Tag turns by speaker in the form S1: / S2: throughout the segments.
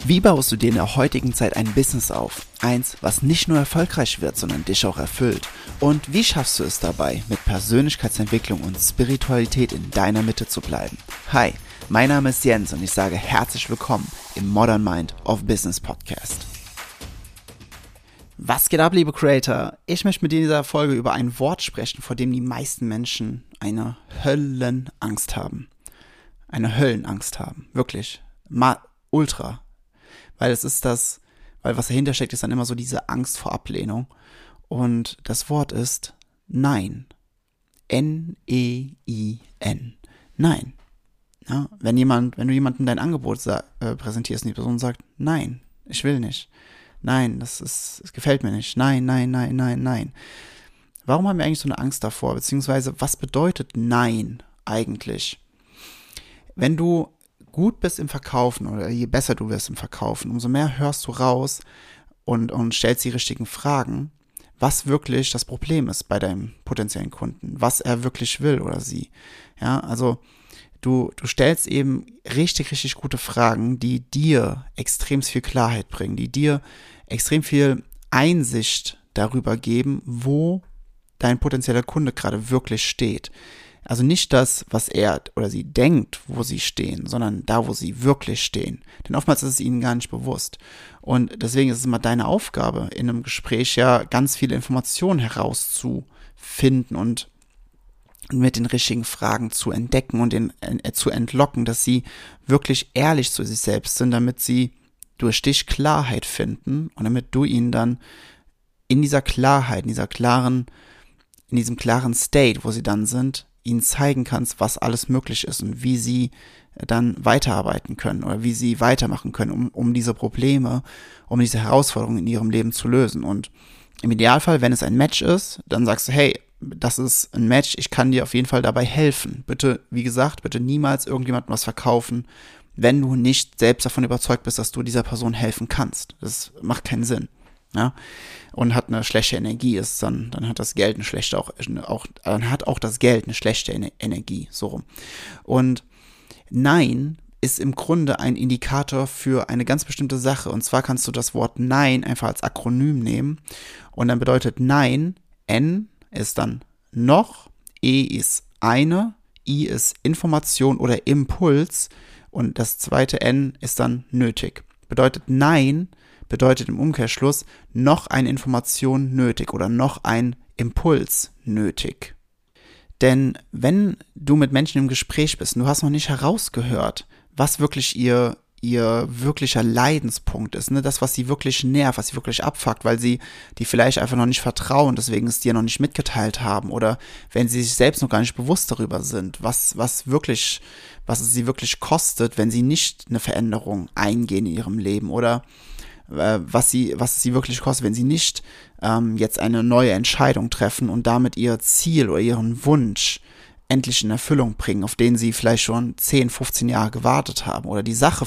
S1: Wie baust du dir in der heutigen Zeit ein Business auf? Eins, was nicht nur erfolgreich wird, sondern dich auch erfüllt. Und wie schaffst du es dabei, mit Persönlichkeitsentwicklung und Spiritualität in deiner Mitte zu bleiben? Hi, mein Name ist Jens und ich sage herzlich willkommen im Modern Mind of Business Podcast. Was geht ab, liebe Creator? Ich möchte mit dir in dieser Folge über ein Wort sprechen, vor dem die meisten Menschen eine Höllenangst haben. Eine Höllenangst haben. Wirklich. Ultra. Weil was dahinter steckt, ist dann immer so diese Angst vor Ablehnung. Und das Wort ist Nein. N-E-I-N. Nein. Ja, wenn du jemandem dein Angebot präsentierst und die Person sagt, nein, ich will nicht. Nein, es gefällt mir nicht. Nein, nein, nein, nein, nein. Warum haben wir eigentlich so eine Angst davor? Beziehungsweise, was bedeutet Nein eigentlich? Wenn du gut bist im Verkaufen oder je besser du wirst im Verkaufen, umso mehr hörst du raus und stellst die richtigen Fragen, was wirklich das Problem ist bei deinem potenziellen Kunden, was er wirklich will oder sie. Ja, also du stellst eben richtig, richtig gute Fragen, die dir extrem viel Klarheit bringen, die dir extrem viel Einsicht darüber geben, wo dein potenzieller Kunde gerade wirklich steht. Also nicht das, was er oder sie denkt, wo sie stehen, sondern da, wo sie wirklich stehen. Denn oftmals ist es ihnen gar nicht bewusst. Und deswegen ist es immer deine Aufgabe, in einem Gespräch ja ganz viele Informationen herauszufinden und mit den richtigen Fragen zu entdecken und zu entlocken, dass sie wirklich ehrlich zu sich selbst sind, damit sie durch dich Klarheit finden und damit du ihnen dann in dieser Klarheit, in diesem klaren State, wo sie dann sind, ihnen zeigen kannst, was alles möglich ist und wie sie dann weiterarbeiten können oder wie sie weitermachen können, um diese Probleme, um diese Herausforderungen in ihrem Leben zu lösen. Und im Idealfall, wenn es ein Match ist, dann sagst du, hey, das ist ein Match, ich kann dir auf jeden Fall dabei helfen. Bitte, wie gesagt, bitte niemals irgendjemandem was verkaufen, wenn du nicht selbst davon überzeugt bist, dass du dieser Person helfen kannst. Das macht keinen Sinn. Ja, und hat eine schlechte Energie dann hat das Geld dann hat auch das Geld eine schlechte Energie, so rum. Und Nein ist im Grunde ein Indikator für eine ganz bestimmte Sache. Und zwar kannst du das Wort Nein einfach als Akronym nehmen. Und dann bedeutet Nein, N ist dann noch, E ist eine, I ist Information oder Impuls und das zweite N ist dann nötig. Bedeutet Nein bedeutet im Umkehrschluss noch eine Information nötig oder noch ein Impuls nötig. Denn wenn du mit Menschen im Gespräch bist und du hast noch nicht herausgehört, was wirklich ihr wirklicher Leidenspunkt ist, ne? Das, was sie wirklich nervt, was sie wirklich abfuckt, weil sie die vielleicht einfach noch nicht vertrauen, deswegen es dir noch nicht mitgeteilt haben oder wenn sie sich selbst noch gar nicht bewusst darüber sind, was es sie wirklich kostet, wenn sie nicht eine Veränderung eingehen in ihrem Leben oder was es sie wirklich kostet, wenn sie nicht jetzt eine neue Entscheidung treffen und damit ihr Ziel oder ihren Wunsch endlich in Erfüllung bringen, auf den sie vielleicht schon 10, 15 Jahre gewartet haben oder die Sache,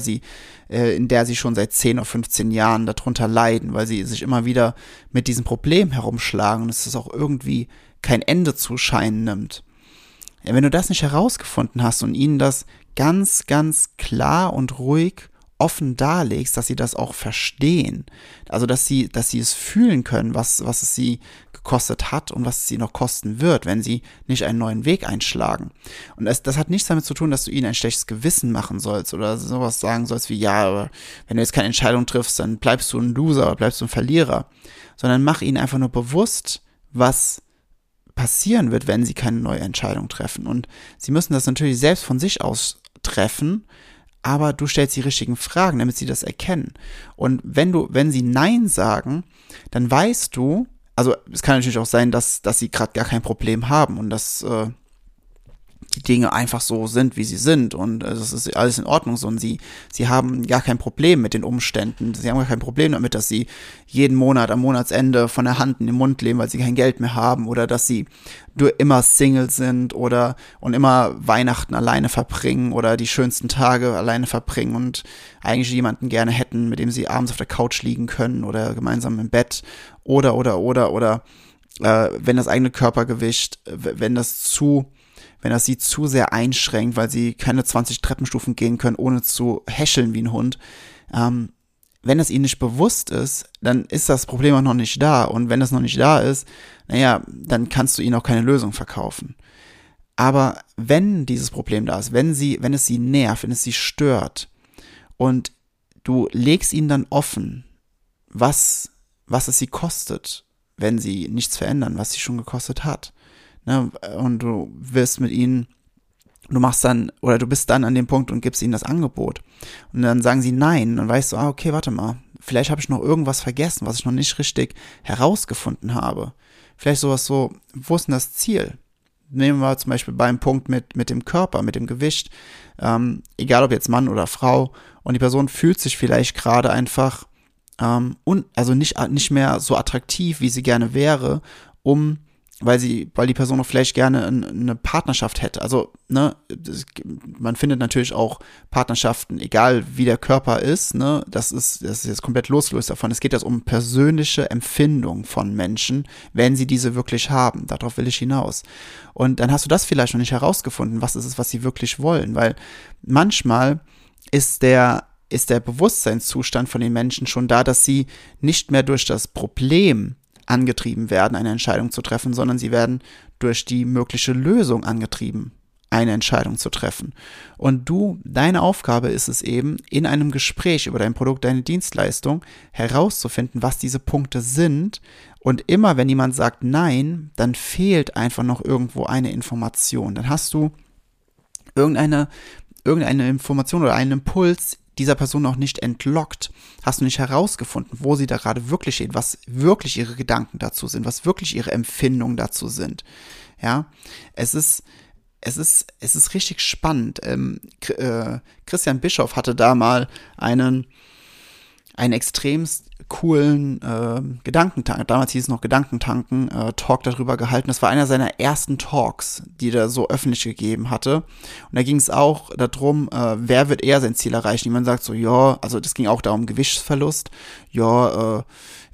S1: in der sie schon seit 10 oder 15 Jahren darunter leiden, weil sie sich immer wieder mit diesem Problem herumschlagen und es ist auch irgendwie kein Ende zu scheinen nimmt. Ja, wenn du das nicht herausgefunden hast und ihnen das ganz, ganz klar und ruhig offen darlegst, dass sie das auch verstehen, also dass sie es fühlen können, was es sie gekostet hat und was es sie noch kosten wird, wenn sie nicht einen neuen Weg einschlagen. Und das hat nichts damit zu tun, dass du ihnen ein schlechtes Gewissen machen sollst oder sowas sagen sollst wie, ja, aber wenn du jetzt keine Entscheidung triffst, dann bleibst du ein Loser oder bleibst du ein Verlierer, sondern mach ihnen einfach nur bewusst, was passieren wird, wenn sie keine neue Entscheidung treffen. Und sie müssen das natürlich selbst von sich aus treffen, aber du stellst die richtigen Fragen, damit sie das erkennen. Und wenn sie Nein sagen, dann weißt du, also es kann natürlich auch sein, dass sie gerade gar kein Problem haben und dass die Dinge einfach so sind, wie sie sind und das ist alles in Ordnung so und sie haben gar kein Problem mit den Umständen, sie haben gar kein Problem damit, dass sie jeden Monat am Monatsende von der Hand in den Mund leben, weil sie kein Geld mehr haben oder dass sie immer Single sind und immer Weihnachten alleine verbringen oder die schönsten Tage alleine verbringen und eigentlich jemanden gerne hätten, mit dem sie abends auf der Couch liegen können oder gemeinsam im Bett oder wenn das eigene Körpergewicht, wenn das sie zu sehr einschränkt, weil sie keine 20 Treppenstufen gehen können, ohne zu häscheln wie ein Hund, Wenn es ihnen nicht bewusst ist, dann ist das Problem auch noch nicht da. Und wenn es noch nicht da ist, naja, dann kannst du ihnen auch keine Lösung verkaufen. Aber wenn dieses Problem da ist, wenn es sie nervt, wenn es sie stört und du legst ihnen dann offen, was es sie kostet, wenn sie nichts verändern, was sie schon gekostet hat. Ne? Und du wirst mit ihnen, du bist dann an dem Punkt und gibst ihnen das Angebot. Und dann sagen sie nein. Dann weißt du, okay, warte mal, vielleicht habe ich noch irgendwas vergessen, was ich noch nicht richtig herausgefunden habe. Vielleicht sowas so, wo ist denn das Ziel? Nehmen wir zum Beispiel beim Punkt mit dem Körper, mit dem Gewicht, egal ob jetzt Mann oder Frau, und die Person fühlt sich vielleicht gerade einfach also nicht mehr so attraktiv, wie sie gerne wäre, weil die Person auch vielleicht gerne eine Partnerschaft hätte. Also, ne, man findet natürlich auch Partnerschaften, egal wie der Körper ist, ne, das ist jetzt komplett losgelöst davon. Es geht jetzt um persönliche Empfindung von Menschen, wenn sie diese wirklich haben. Darauf will ich hinaus. Und dann hast du das vielleicht noch nicht herausgefunden, was ist es, was sie wirklich wollen, weil manchmal ist der Bewusstseinszustand von den Menschen schon da, dass sie nicht mehr durch das Problem angetrieben werden, eine Entscheidung zu treffen, sondern sie werden durch die mögliche Lösung angetrieben, eine Entscheidung zu treffen. Und deine Aufgabe ist es eben, in einem Gespräch über dein Produkt, deine Dienstleistung herauszufinden, was diese Punkte sind. Und immer, wenn jemand sagt Nein, dann fehlt einfach noch irgendwo eine Information. Dann hast du irgendeine Information oder einen Impuls dieser Person noch nicht entlockt, hast du nicht herausgefunden, wo sie da gerade wirklich steht, was wirklich ihre Gedanken dazu sind, was wirklich ihre Empfindungen dazu sind. Ja, es ist richtig spannend. Christian Bischoff hatte da mal einen extremst coolen Gedankentank, damals hieß es noch Gedankentanken, Talk darüber gehalten. Das war einer seiner ersten Talks, die er so öffentlich gegeben hatte. Und da ging es auch darum, wer wird eher sein Ziel erreichen. Jemand sagt so, ja, also das ging auch da um Gewichtsverlust. Ja,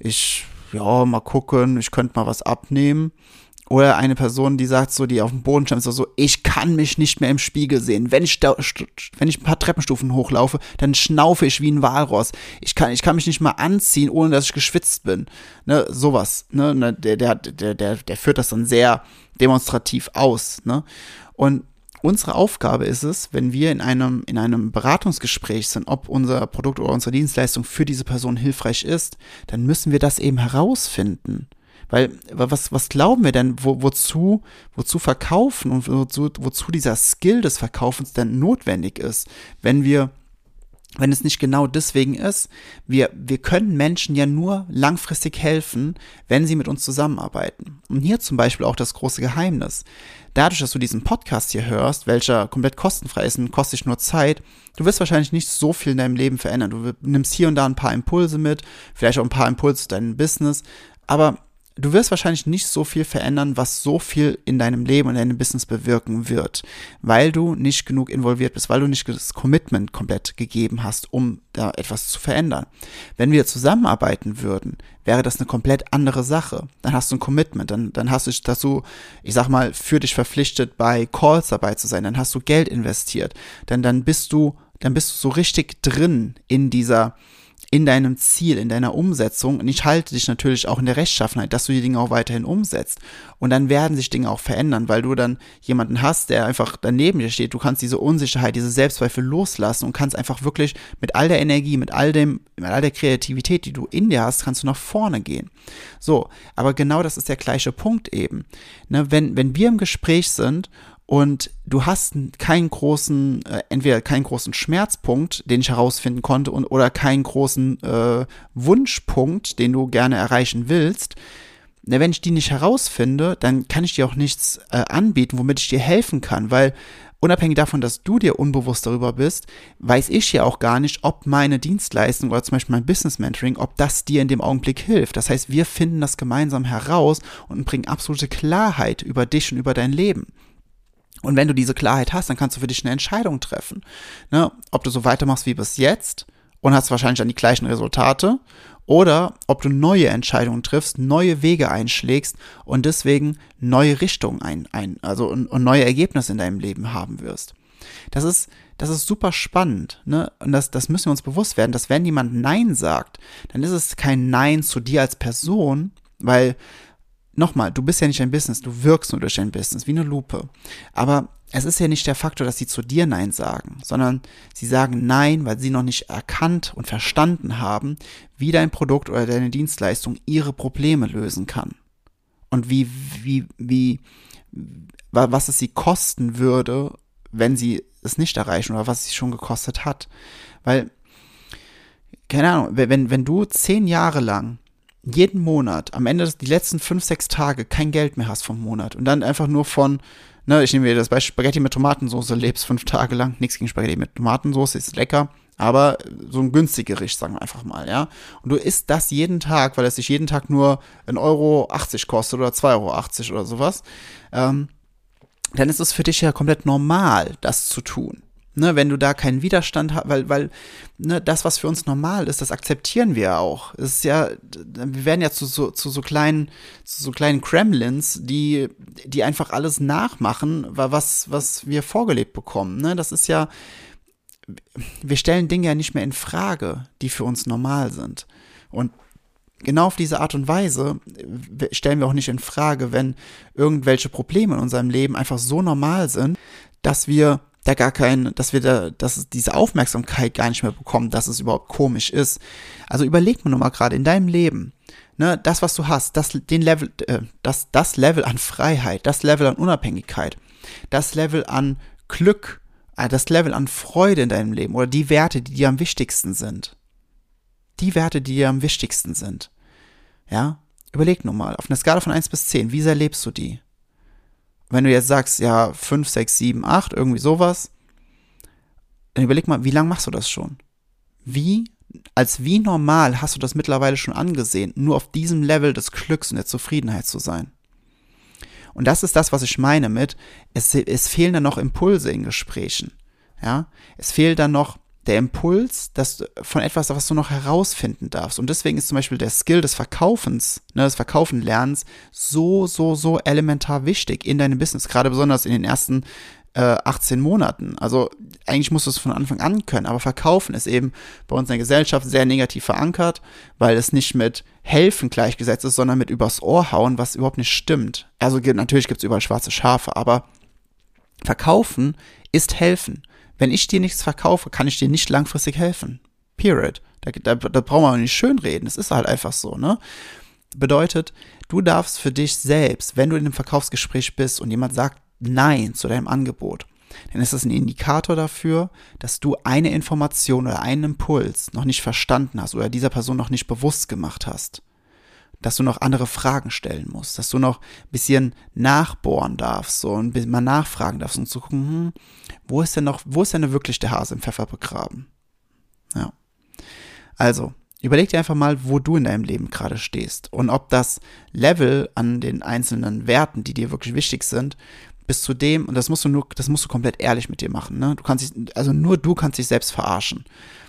S1: mal gucken, ich könnte mal was abnehmen. Oder eine Person, die sagt so, die auf dem Boden stand, so, ich kann mich nicht mehr im Spiegel sehen. Wenn ich ein paar Treppenstufen hochlaufe, dann schnaufe ich wie ein Walross. Ich kann mich nicht mal anziehen, ohne dass ich geschwitzt bin. Ne, sowas. Ne, der führt das dann sehr demonstrativ aus. Ne? Und unsere Aufgabe ist es, wenn wir in einem Beratungsgespräch sind, ob unser Produkt oder unsere Dienstleistung für diese Person hilfreich ist, dann müssen wir das eben herausfinden. Weil, was glauben wir denn, wozu Verkaufen und wozu dieser Skill des Verkaufens denn notwendig ist, wenn es nicht genau deswegen ist? Wir können Menschen ja nur langfristig helfen, wenn sie mit uns zusammenarbeiten. Und hier zum Beispiel auch das große Geheimnis. Dadurch, dass du diesen Podcast hier hörst, welcher komplett kostenfrei ist und kostet dich nur Zeit, du wirst wahrscheinlich nicht so viel in deinem Leben verändern. Du nimmst hier und da ein paar Impulse mit, vielleicht auch ein paar Impulse zu deinem Business, aber du wirst wahrscheinlich nicht so viel verändern, was so viel in deinem Leben und in deinem Business bewirken wird, weil du nicht genug involviert bist, weil du nicht das Commitment komplett gegeben hast, um da etwas zu verändern. Wenn wir zusammenarbeiten würden, wäre das eine komplett andere Sache. Dann hast du ein Commitment, dann hast du dazu, ich sag mal, für dich verpflichtet, bei Calls dabei zu sein, dann hast du Geld investiert, dann bist du so richtig drin in deinem Ziel, in deiner Umsetzung, und ich halte dich natürlich auch in der Rechtschaffenheit, dass du die Dinge auch weiterhin umsetzt. Und dann werden sich Dinge auch verändern, weil du dann jemanden hast, der einfach daneben dir steht. Du kannst diese Unsicherheit, diese Selbstzweifel loslassen und kannst einfach wirklich mit all der Energie, mit all der Kreativität, die du in dir hast, kannst du nach vorne gehen. So, aber genau das ist der gleiche Punkt eben. Ne, wenn wir im Gespräch sind und du hast entweder keinen großen Schmerzpunkt, den ich herausfinden konnte, oder keinen großen Wunschpunkt, den du gerne erreichen willst. Wenn ich die nicht herausfinde, dann kann ich dir auch nichts anbieten, womit ich dir helfen kann, weil unabhängig davon, dass du dir unbewusst darüber bist, weiß ich ja auch gar nicht, ob meine Dienstleistung oder zum Beispiel mein Business Mentoring, ob das dir in dem Augenblick hilft. Das heißt, wir finden das gemeinsam heraus und bringen absolute Klarheit über dich und über dein Leben. Und wenn du diese Klarheit hast, dann kannst du für dich eine Entscheidung treffen. Ne? Ob du so weitermachst wie bis jetzt und hast wahrscheinlich dann die gleichen Resultate, oder ob du neue Entscheidungen triffst, neue Wege einschlägst und deswegen neue Richtungen also neue Ergebnisse in deinem Leben haben wirst. Das ist super spannend, ne? Und das müssen wir uns bewusst werden, dass wenn jemand Nein sagt, dann ist es kein Nein zu dir als Person, weil, nochmal, du bist ja nicht ein Business, du wirkst nur durch dein Business, wie eine Lupe. Aber es ist ja nicht der Faktor, dass sie zu dir Nein sagen, sondern sie sagen Nein, weil sie noch nicht erkannt und verstanden haben, wie dein Produkt oder deine Dienstleistung ihre Probleme lösen kann. Und was es sie kosten würde, wenn sie es nicht erreichen oder was es sie schon gekostet hat. Weil, keine Ahnung, wenn du 10 Jahre lang jeden Monat, am Ende die letzten 5, 6 Tage kein Geld mehr hast vom Monat und dann einfach nur von, ne, ich nehme mir das Beispiel Spaghetti mit Tomatensauce, lebst 5 Tage lang, nichts gegen Spaghetti mit Tomatensauce, ist lecker, aber so ein günstiges Gericht, sagen wir einfach mal, ja. Und du isst das jeden Tag, weil es sich jeden Tag nur 1,80 € kostet oder 2,80 € oder sowas, dann ist es für dich ja komplett normal, das zu tun. Ne, wenn du da keinen Widerstand hast, weil ne, das, was für uns normal ist, das akzeptieren wir ja auch. Es ist ja, wir werden ja zu so kleinen Kremlins, die einfach alles nachmachen, was wir vorgelebt bekommen. Ne, das ist ja, wir stellen Dinge ja nicht mehr in Frage, die für uns normal sind. Und genau auf diese Art und Weise stellen wir auch nicht in Frage, wenn irgendwelche Probleme in unserem Leben einfach so normal sind, dass dass diese Aufmerksamkeit gar nicht mehr bekommen, dass es überhaupt komisch ist. Also überleg mir nur mal gerade in deinem Leben, ne, das, was du hast, das Level an Freiheit, das Level an Unabhängigkeit, das Level an Glück, das Level an Freude in deinem Leben oder die Werte, die dir am wichtigsten sind. Die Werte, die dir am wichtigsten sind. Ja, überleg nur mal, auf einer Skala von 1 bis 10, wie sehr lebst du die? Wenn du jetzt sagst, ja, 5, 6, 7, 8, irgendwie sowas, dann überleg mal, wie lange machst du das schon? Wie normal hast du das mittlerweile schon angesehen, nur auf diesem Level des Glücks und der Zufriedenheit zu sein? Und das ist das, was ich meine mit, es fehlen dann noch Impulse in Gesprächen. Ja, es fehlt dann noch der Impuls, von etwas, was du noch herausfinden darfst. Und deswegen ist zum Beispiel der Skill des Verkaufens, ne, des Verkaufen-Lernens so elementar wichtig in deinem Business, gerade besonders in den ersten 18 Monaten. Also eigentlich musst du es von Anfang an können, aber Verkaufen ist eben bei uns in der Gesellschaft sehr negativ verankert, weil es nicht mit helfen gleichgesetzt ist, sondern mit übers Ohr hauen, was überhaupt nicht stimmt. Also natürlich gibt es überall schwarze Schafe, aber Verkaufen ist helfen. Wenn ich dir nichts verkaufe, kann ich dir nicht langfristig helfen. Period. Da brauchen wir auch nicht schönreden. Es ist halt einfach so, ne? Bedeutet, du darfst für dich selbst, wenn du in einem Verkaufsgespräch bist und jemand sagt Nein zu deinem Angebot, dann ist das ein Indikator dafür, dass du eine Information oder einen Impuls noch nicht verstanden hast oder dieser Person noch nicht bewusst gemacht hast. Dass du noch andere Fragen stellen musst, dass du noch ein bisschen nachbohren darfst, so ein bisschen mal nachfragen darfst, um zu gucken, wo ist denn wirklich der Hase im Pfeffer begraben? Ja. Also, überleg dir einfach mal, wo du in deinem Leben gerade stehst und ob das Level an den einzelnen Werten, die dir wirklich wichtig sind, bis zu dem, und das musst du komplett ehrlich mit dir machen, ne? Nur du kannst dich selbst verarschen.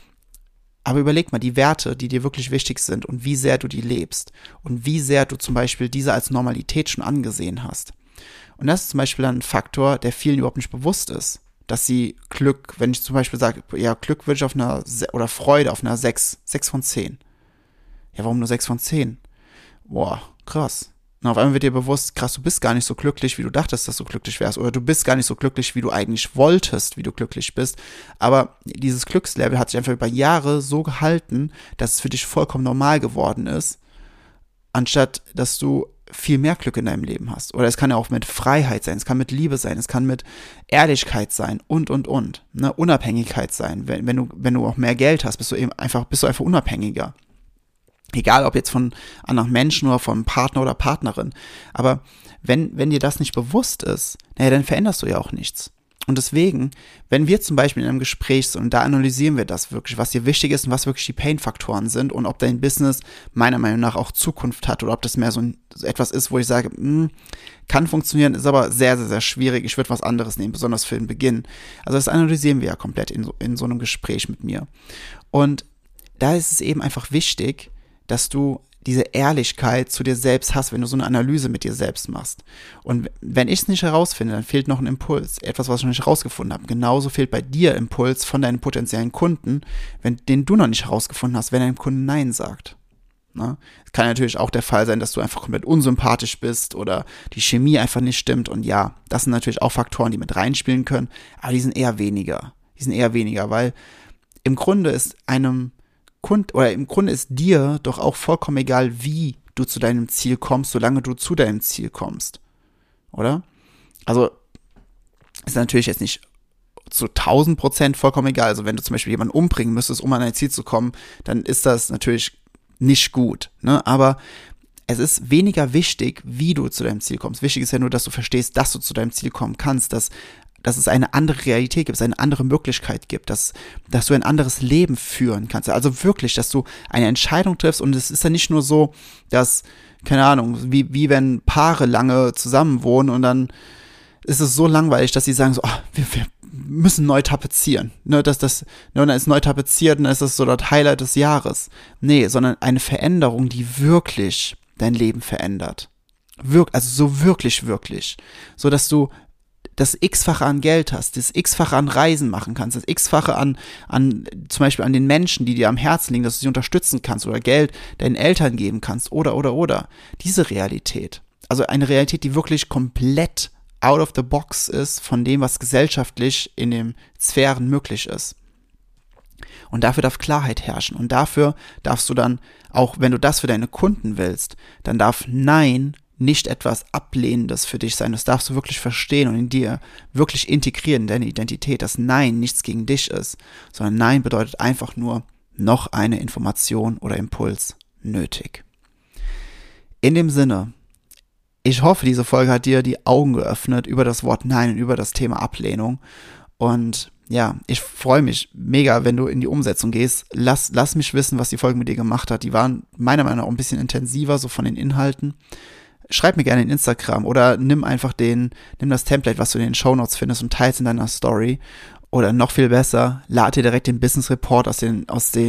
S1: Aber überleg mal, die Werte, die dir wirklich wichtig sind und wie sehr du die lebst und wie sehr du zum Beispiel diese als Normalität schon angesehen hast. Und das ist zum Beispiel ein Faktor, der vielen überhaupt nicht bewusst ist, dass sie Glück, wenn ich zum Beispiel sage, ja, Glück würde ich oder Freude auf einer 6 von 10. Ja, warum nur 6 von 10? Boah, krass. Und auf einmal wird dir bewusst, krass, du bist gar nicht so glücklich, wie du dachtest, dass du glücklich wärst. Oder du bist gar nicht so glücklich, wie du eigentlich wolltest, wie du glücklich bist. Aber dieses Glückslevel hat sich einfach über Jahre so gehalten, dass es für dich vollkommen normal geworden ist, anstatt dass du viel mehr Glück in deinem Leben hast. Oder es kann ja auch mit Freiheit sein, es kann mit Liebe sein, es kann mit Ehrlichkeit sein und. Ne? Unabhängigkeit sein. Wenn du auch mehr Geld hast, bist du einfach unabhängiger. Egal, ob jetzt von anderen Menschen oder von Partner oder Partnerin. Aber wenn dir das nicht bewusst ist, naja, dann veränderst du ja auch nichts. Und deswegen, wenn wir zum Beispiel in einem Gespräch sind und da analysieren wir das wirklich, was dir wichtig ist und was wirklich die Pain-Faktoren sind und ob dein Business meiner Meinung nach auch Zukunft hat oder ob das mehr so etwas ist, wo ich sage, kann funktionieren, ist aber sehr, sehr, sehr schwierig. Ich würde was anderes nehmen, besonders für den Beginn. Also das analysieren wir ja komplett in so einem Gespräch mit mir. Und da ist es eben einfach wichtig, dass du diese Ehrlichkeit zu dir selbst hast, wenn du so eine Analyse mit dir selbst machst. Und wenn ich es nicht herausfinde, dann fehlt noch ein Impuls, etwas, was ich noch nicht herausgefunden habe. Genauso fehlt bei dir Impuls von deinen potenziellen Kunden, den du noch nicht herausgefunden hast, wenn dein Kunde Nein sagt. Ne? Es kann natürlich auch der Fall sein, dass du einfach komplett unsympathisch bist oder die Chemie einfach nicht stimmt. Und ja, das sind natürlich auch Faktoren, die mit reinspielen können, aber die sind eher weniger. Weil im Grunde ist im Grunde ist dir doch auch vollkommen egal, wie du zu deinem Ziel kommst, solange du zu deinem Ziel kommst. Oder? Also, ist natürlich jetzt nicht zu 1000% vollkommen egal. Also, wenn du zum Beispiel jemanden umbringen müsstest, um an dein Ziel zu kommen, dann ist das natürlich nicht gut. Ne? Aber es ist weniger wichtig, wie du zu deinem Ziel kommst. Wichtig ist ja nur, dass du verstehst, dass du zu deinem Ziel kommen kannst, dass es eine andere Realität gibt, dass es eine andere Möglichkeit gibt, dass du ein anderes Leben führen kannst. Also wirklich, dass du eine Entscheidung triffst und es ist ja nicht nur so, dass, keine Ahnung, wie wenn Paare lange zusammen wohnen und dann ist es so langweilig, dass sie sagen so, wir müssen neu tapezieren. Ne, dann ist neu tapeziert und dann ist das so das Highlight des Jahres. Nee, sondern eine Veränderung, die wirklich dein Leben verändert. Also so wirklich. So dass du das X-fache an Geld hast, das X-fache an Reisen machen kannst, das X-fache an zum Beispiel an den Menschen, die dir am Herzen liegen, dass du sie unterstützen kannst oder Geld deinen Eltern geben kannst oder. Diese Realität. Also eine Realität, die wirklich komplett out of the box ist von dem, was gesellschaftlich in den Sphären möglich ist. Und dafür darf Klarheit herrschen. Und dafür darfst du dann, auch wenn du das für deine Kunden willst, dann darf Nein nicht etwas Ablehnendes für dich sein. Das darfst du wirklich verstehen und in dir wirklich integrieren, in deine Identität, dass Nein nichts gegen dich ist, sondern Nein bedeutet einfach nur noch eine Information oder Impuls nötig. In dem Sinne, ich hoffe, diese Folge hat dir die Augen geöffnet über das Wort Nein und über das Thema Ablehnung. Und ja, ich freue mich mega, wenn du in die Umsetzung gehst. Lass mich wissen, was die Folge mit dir gemacht hat. Die waren meiner Meinung nach auch ein bisschen intensiver, so von den Inhalten. Schreib mir gerne in Instagram oder nimm das Template, was du in den Shownotes findest und teilst in deiner Story. Oder noch viel besser, lad dir direkt den Business Report in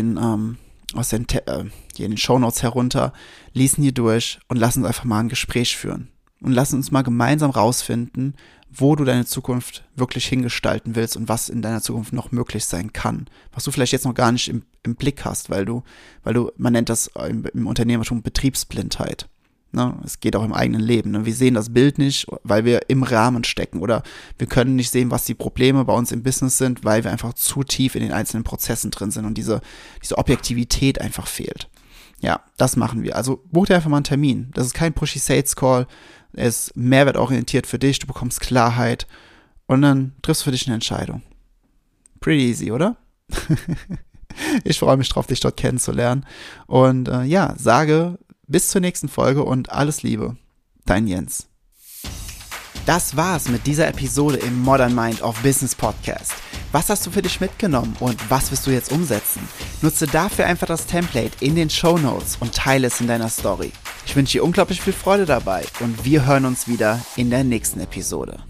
S1: den Shownotes herunter, lies ihn hier durch und lass uns einfach mal ein Gespräch führen. Und lass uns mal gemeinsam rausfinden, wo du deine Zukunft wirklich hingestalten willst und was in deiner Zukunft noch möglich sein kann. Was du vielleicht jetzt noch gar nicht im Blick hast, weil man nennt das im Unternehmertum Betriebsblindheit. Ne? Es geht auch im eigenen Leben. Ne? Wir sehen das Bild nicht, weil wir im Rahmen stecken oder wir können nicht sehen, was die Probleme bei uns im Business sind, weil wir einfach zu tief in den einzelnen Prozessen drin sind und diese Objektivität einfach fehlt. Ja, das machen wir. Also buch dir einfach mal einen Termin. Das ist kein Pushy Sales Call. Er ist mehrwertorientiert für dich. Du bekommst Klarheit und dann triffst du für dich eine Entscheidung. Pretty easy, oder? Ich freue mich drauf, dich dort kennenzulernen. Und sage bis zur nächsten Folge und alles Liebe. Dein Jens. Das war's mit dieser Episode im Modern Mind of Business Podcast. Was hast du für dich mitgenommen und was wirst du jetzt umsetzen? Nutze dafür einfach das Template in den Shownotes und teile es in deiner Story. Ich wünsche dir unglaublich viel Freude dabei und wir hören uns wieder in der nächsten Episode.